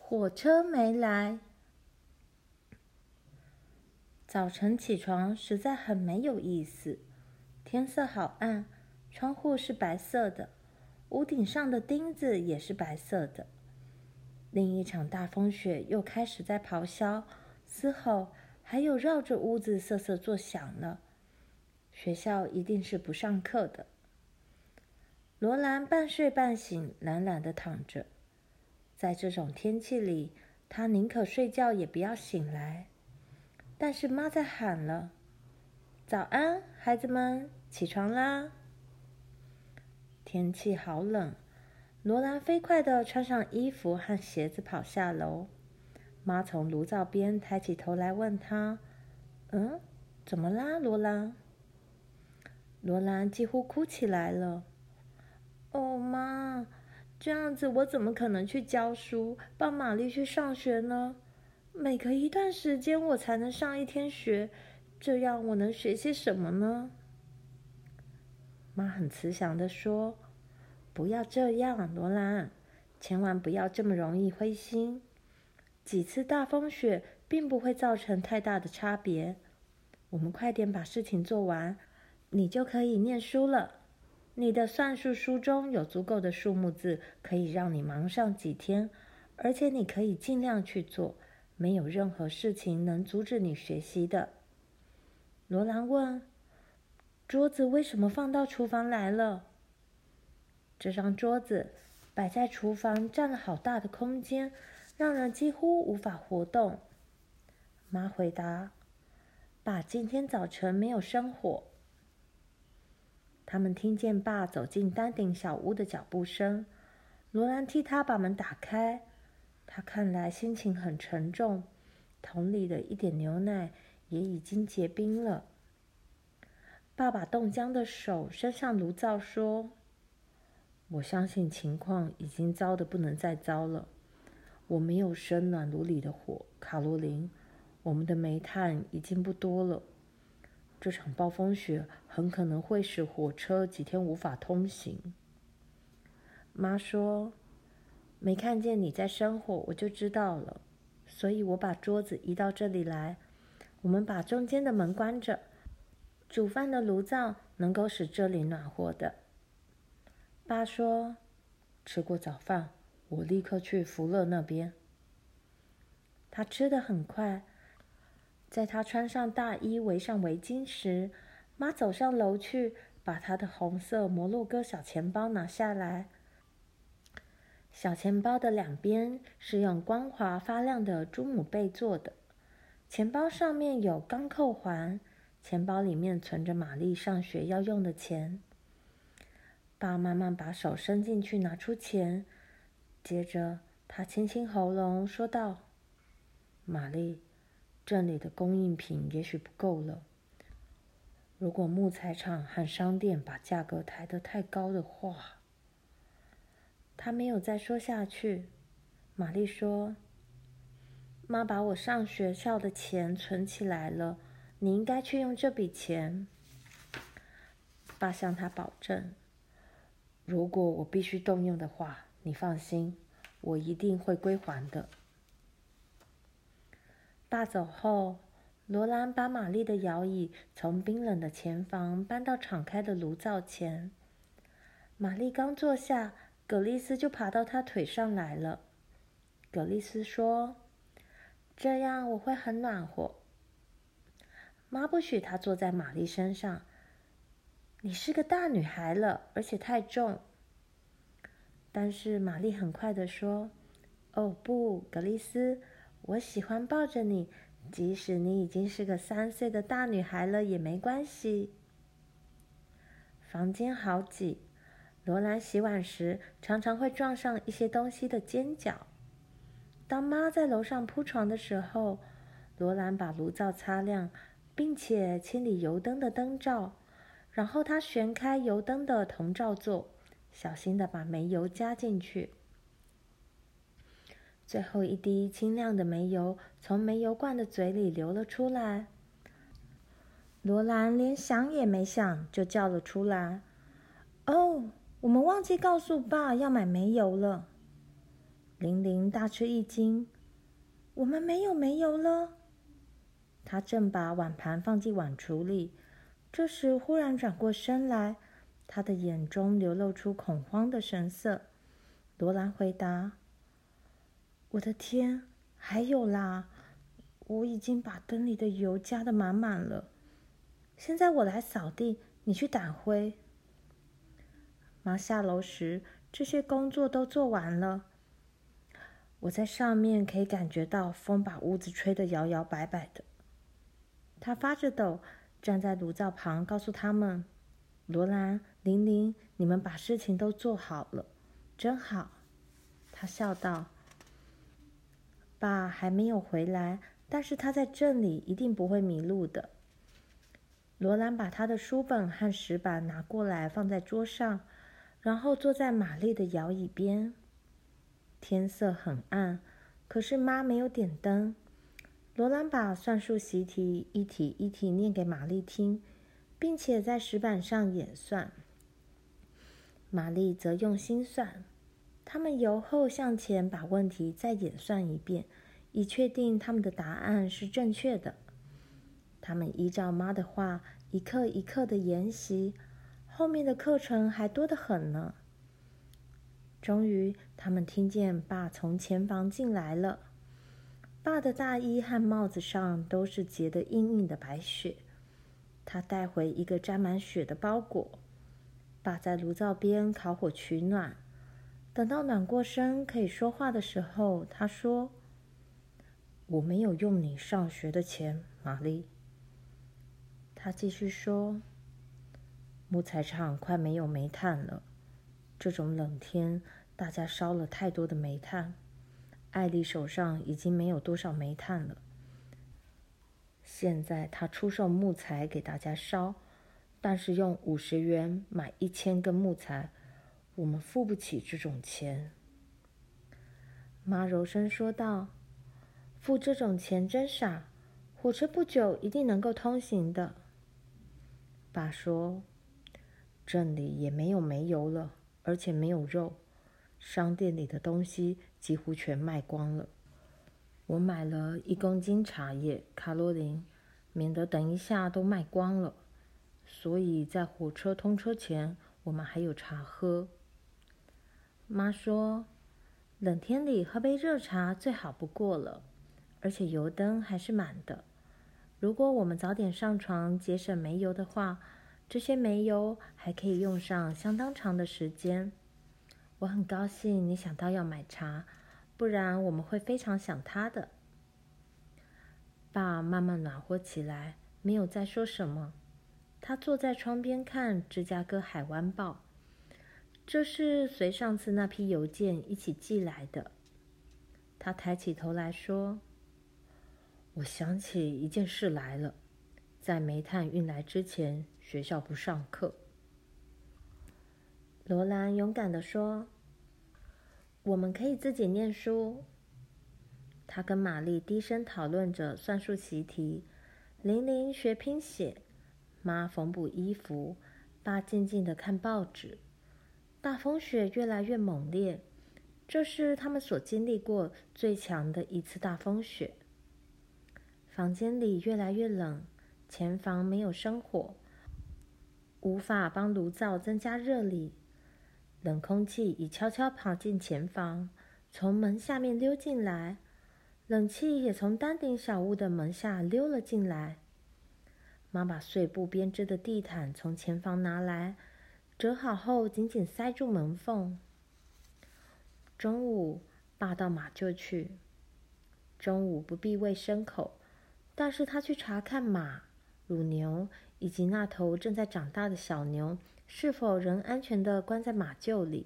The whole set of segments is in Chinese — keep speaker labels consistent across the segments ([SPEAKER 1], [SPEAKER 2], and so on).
[SPEAKER 1] 火车没来。早晨起床实在很没有意思，天色好暗，窗户是白色的，屋顶上的钉子也是白色的。另一场大风雪又开始在咆哮、嘶吼，还有绕着屋子瑟瑟作响了。学校一定是不上课的。罗兰半睡半醒，懒懒地躺着。在这种天气里，他宁可睡觉也不要醒来。但是妈在喊了：“早安，孩子们，起床啦！”天气好冷，罗兰飞快地穿上衣服和鞋子跑下楼。妈从炉灶边抬起头来问他：“怎么啦，罗兰？”罗兰几乎哭起来了。“哦，妈，这样子我怎么可能去教书，帮玛丽去上学呢？每隔一段时间我才能上一天学，这样我能学些什么呢？”妈很慈祥地说：“不要这样，罗兰，千万不要这么容易灰心。几次大风雪并不会造成太大的差别。我们快点把事情做完，你就可以念书了。你的算术书中有足够的数目字，可以让你忙上几天，而且你可以尽量去做，没有任何事情能阻止你学习的。”罗兰问：“桌子为什么放到厨房来了？”“这张桌子摆在厨房占了好大的空间，让人几乎无法活动。”妈回答：“爸今天早晨没有生火。”他们听见爸走进丹顶小屋的脚步声。罗兰替他把门打开。他看来心情很沉重，桶里的一点牛奶也已经结冰了。爸把冻僵的手伸上炉灶，说：“我相信情况已经糟得不能再糟了。我没有生暖炉里的火，卡罗琳，我们的煤炭已经不多了。这场暴风雪很可能会使火车几天无法通行。”妈说：“没看见你在生火，我就知道了，所以我把桌子移到这里来。我们把中间的门关着，煮饭的炉灶能够使这里暖和的。”爸说：“吃过早饭，我立刻去福乐那边。”他吃得很快。在他穿上大衣、围上围巾时，妈走上楼去，把他的红色摩洛哥小钱包拿下来。小钱包的两边是用光滑发亮的猪母贝做的，钱包上面有钢扣环，钱包里面存着玛丽上学要用的钱。爸慢慢把手伸进去拿出钱，接着他清清喉咙说道：“玛丽，这里的供应品也许不够了。如果木材厂和商店把价格抬得太高的话……”他没有再说下去。玛丽说：“妈把我上学校的钱存起来了，你应该去用这笔钱。”爸向他保证：“如果我必须动用的话，你放心，我一定会归还的。”爸走后，罗兰把玛丽的摇椅从冰冷的前房搬到敞开的炉灶前。玛丽刚坐下，葛丽丝就爬到她腿上来了。葛丽丝说：“这样我会很暖和。”妈不许她坐在玛丽身上。“你是个大女孩了，而且太重。”但是玛丽很快地说：“哦不，葛丽丝，我喜欢抱着你，即使你已经是个3岁的大女孩了也没关系。”房间好挤，罗兰洗碗时常常会撞上一些东西的尖角。当妈在楼上铺床的时候，罗兰把炉灶擦亮，并且清理油灯的灯罩，然后他旋开油灯的铜罩座，小心地把煤油加进去。最后一滴清亮的煤油从煤油罐的嘴里流了出来。罗兰连想也没想就叫了出来：“哦，我们忘记告诉爸要买煤油了。” 玲玲大吃一惊：“我们没有煤油了！”她正把碗盘放进碗橱里，这时忽然转过身来，她的眼中流露出恐慌的神色。罗兰回答：“我的天，还有啦！我已经把灯里的油加得满满了。现在我来扫地，你去掸灰。”妈下楼时，这些工作都做完了。我在上面可以感觉到风把屋子吹得摇摇摆摆的。她发着抖，站在炉灶旁，告诉他们：“罗兰、玲玲，你们把事情都做好了，真好。”她笑道：“爸还没有回来，但是他在这里一定不会迷路的。”罗兰把他的书本和石板拿过来放在桌上，然后坐在玛丽的摇椅边。天色很暗，可是妈没有点灯。罗兰把算术习题一题一题念给玛丽听，并且在石板上演算。玛丽则用心算。他们由后向前把问题再演算一遍，以确定他们的答案是正确的。他们依照妈的话，一课一课的研习，后面的课程还多得很呢。终于，他们听见爸从前房进来了。爸的大衣和帽子上都是结得硬硬的白雪。他带回一个沾满雪的包裹。爸在炉灶边烤火取暖。等到暖过身可以说话的时候，他说：“我没有用你上学的钱，玛丽。”他继续说：“木材厂快没有煤炭了。这种冷天，大家烧了太多的煤炭。艾莉手上已经没有多少煤炭了。现在他出售木材给大家烧，但是用50元买1000根木材，我们付不起这种钱。”妈柔声说道：“付这种钱真傻，火车不久一定能够通行的。”爸说：“这里也没有煤油了，而且没有肉，商店里的东西几乎全卖光了。我买了1公斤茶叶，卡罗琳，免得等一下都卖光了。所以在火车通车前，我们还有茶喝。”妈说：“冷天里喝杯热茶最好不过了，而且油灯还是满的。如果我们早点上床节省煤油的话，这些煤油还可以用上相当长的时间。我很高兴你想到要买茶，不然我们会非常想它的。”爸慢慢暖和起来，没有再说什么。他坐在窗边看《芝加哥海湾报》，这是随上次那批邮件一起寄来的。他抬起头来说：“我想起一件事来了，在煤炭运来之前，学校不上课。”罗兰勇敢地说：“我们可以自己念书。”他跟玛丽低声讨论着算术习题，玲玲学拼写，妈缝补衣服，爸静静地看报纸。大风雪越来越猛烈，这是他们所经历过最强的一次大风雪。房间里越来越冷，前房没有生火，无法帮炉灶增加热力。冷空气已悄悄跑进前房，从门下面溜进来，冷气也从丹顶小屋的门下溜了进来。妈把碎布编织的地毯从前房拿来，折好后紧紧塞住门缝。中午，爸到马厩去。中午不必喂牲口，但是他去查看马、乳牛以及那头正在长大的小牛是否仍安全地关在马厩里。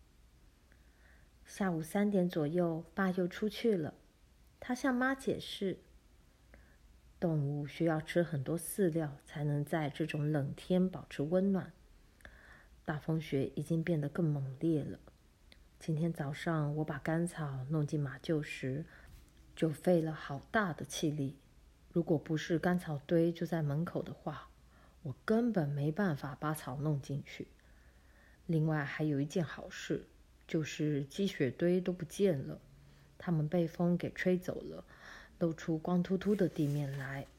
[SPEAKER 1] 下午3点左右，爸又出去了。他向妈解释，动物需要吃很多饲料才能在这种冷天保持温暖。大风雪已经变得更猛烈了。今天早上我把干草弄进马厩时，就费了好大的气力。如果不是干草堆就在门口的话，我根本没办法把草弄进去。另外还有一件好事，
[SPEAKER 2] 就是积雪堆都不见了，它们被风给吹走了，露出光秃秃的地面来。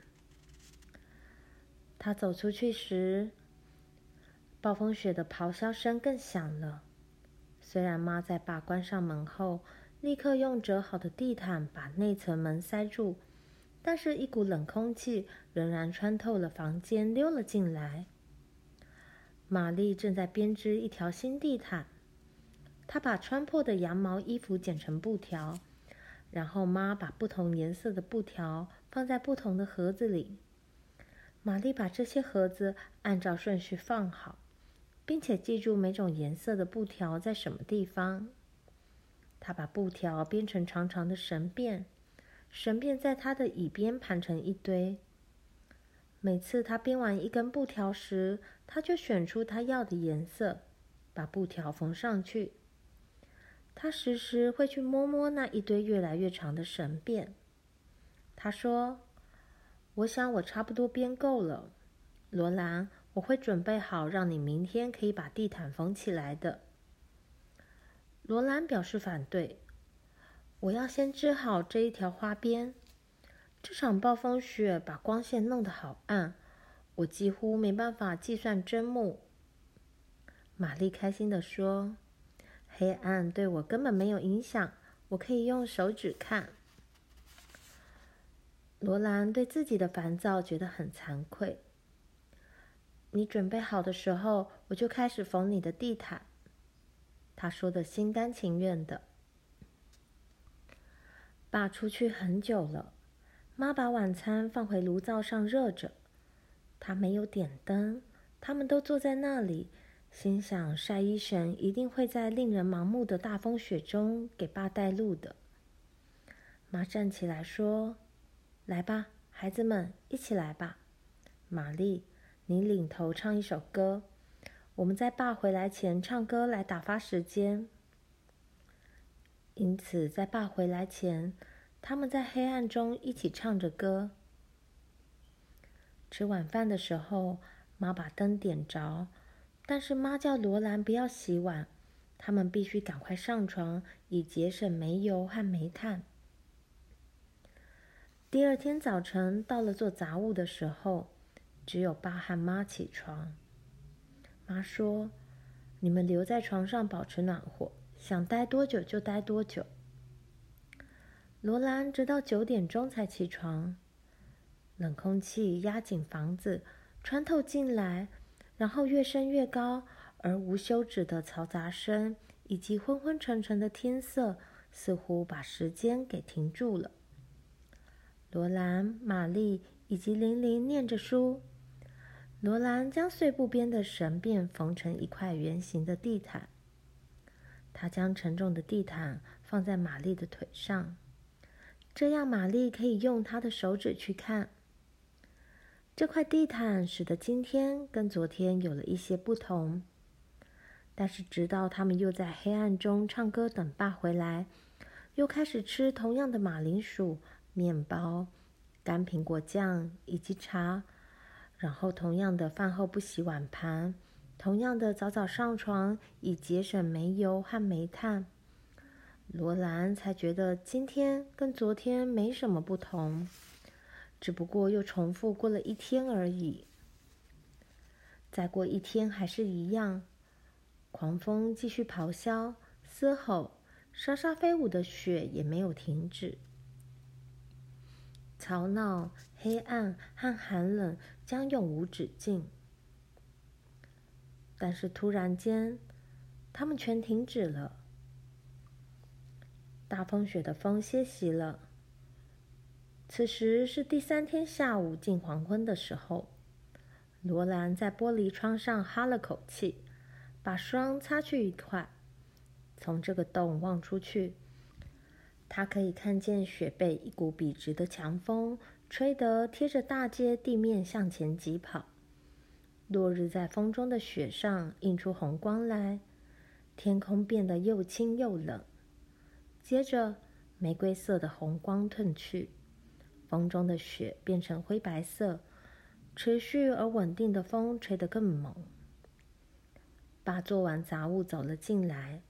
[SPEAKER 1] 他走出去时，暴风雪的咆哮声更响了。虽然妈在爸关上门后，立刻用折好的地毯把内层门塞住，但是一股冷空气仍然穿透了房间溜了进来。玛丽正在编织一条新地毯，她把穿破的羊毛衣服剪成布条，然后妈把不同颜色的布条放在不同的盒子里。玛丽把这些盒子按照顺序放好，并且记住每种颜色的布条在什么地方。她把布条编成长长的绳辫，绳辫在她的椅边盘成一堆。每次她编完一根布条时，她就选出她要的颜色，把布条缝上去。她时时会去摸摸那一堆越来越长的绳辫。她说：“我想我差不多编够了，罗兰，我会准备好让你明天可以把地毯缝起来的。”罗兰表示反对：“我要先织好这一条花边。这场暴风雪把光线弄得好暗，我几乎没办法计算针目。”玛丽开心地说：“黑暗对我根本没有影响，我可以用手指看。”罗兰对自己的烦躁觉得很惭愧。“你准备好的时候，我就开始缝你的地毯。”他说得心甘情愿的。爸出去很久了，妈把晚餐放回炉灶上热着。她没有点灯，他们都坐在那里，心想晒衣神一定会在令人盲目的大风雪中给爸带路的。妈站起来说：“来吧，孩子们，一起来吧。玛丽，你领头唱一首歌，我们在爸回来前唱歌来打发时间。”因此，在爸回来前，他们在黑暗中一起唱着歌。吃晚饭的时候，妈把灯点着，但是妈叫罗兰不要洗碗，他们必须赶快上床，以节省煤油和煤炭。第二天早晨到了做杂物的时候，只有爸和妈起床。妈说：“你们留在床上保持暖和，想待多久就待多久。”罗兰直到9点钟才起床。冷空气压紧房子，穿透进来，然后越升越高，而无休止的嘈杂声以及昏昏沉沉的天色，似乎把时间给停住了。罗兰、玛丽以及玲玲念着书。罗兰将碎布编的绳辫缝成一块圆形的地毯。他将沉重的地毯放在玛丽的腿上，这样玛丽可以用她的手指去看。这块地毯使得今天跟昨天有了一些不同，但是直到他们又在黑暗中唱歌等爸回来，又开始吃同样的马铃薯、面包、干苹果酱以及茶，然后同样的饭后不洗碗盘，同样的早早上床以节省煤油和煤炭，罗兰才觉得今天跟昨天没什么不同，只不过又重复过了一天而已。再过一天还是一样，狂风继续咆哮、嘶吼，沙沙飞舞的雪也没有停止。吵闹、黑暗和寒冷将永无止境。但是突然间，它们全停止了。大风雪的风歇息了。此时是第3天下午近黄昏的时候。罗兰在玻璃窗上哈了口气，把霜擦去一块。从这个洞望出去，他可以看见雪被一股笔直的强风吹得贴着大街地面向前疾跑。落日在风中的雪上映出红光来，天空变得又清又冷。接着，玫瑰色的红光褪去，风中的雪变成灰白色，持续而稳定的风吹得更猛。爸做完杂物走了进来，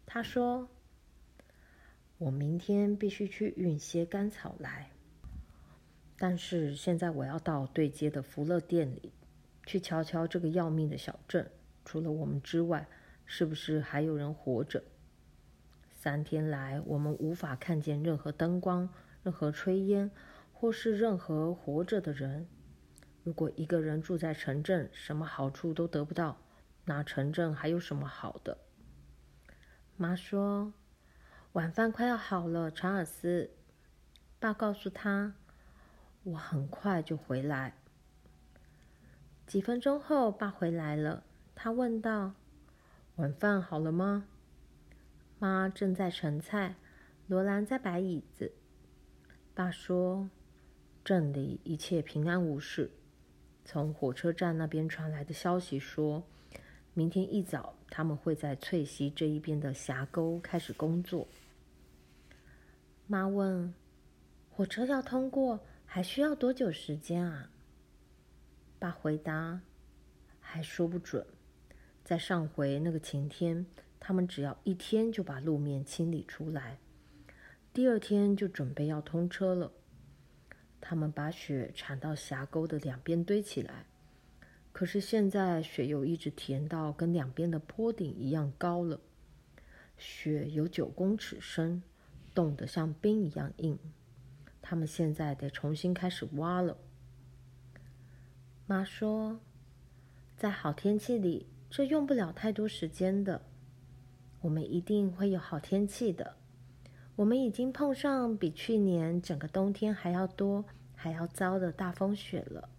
[SPEAKER 2] 他说：“我明天必须去运些干草来，但是现在我要到对街的福乐店里去瞧瞧这个要命的小镇，除了我们之外，是不是还有人活着？3天来，我们无法看见任何灯光、任何炊烟，或是任何活着的人。如果一个人住在城镇，什么好处都得不到，那城镇还有什么好的？”
[SPEAKER 1] 妈说：“晚饭快要好了，查尔斯。”爸告诉他：“我很快就回来。”几分钟后，爸回来了。他问道：“
[SPEAKER 2] 晚饭好了吗？”
[SPEAKER 1] 妈正在盛菜，罗兰在摆椅子。爸说：“
[SPEAKER 2] 镇里一切平安无事。从火车站那边传来的消息说，明天一早他们会在翠溪这一边的峡沟开始工作。”
[SPEAKER 1] 妈问：“火车要通过，还需要多久时间啊？”
[SPEAKER 2] 爸回答：“还说不准。在上回那个晴天，他们只要1天就把路面清理出来，第2天就准备要通车了。他们把雪铲到峡沟的2边堆起来，可是现在雪又一直填到跟2边的坡顶一样高了。雪有9公尺深，冻得像冰一样硬。他们现在得重新开始挖了。”
[SPEAKER 1] 妈说：“在好天气里，这用不了太多时间的。我们一定会有好天气的。我们已经碰上比去年整个冬天还要多、还要糟的大风雪了。”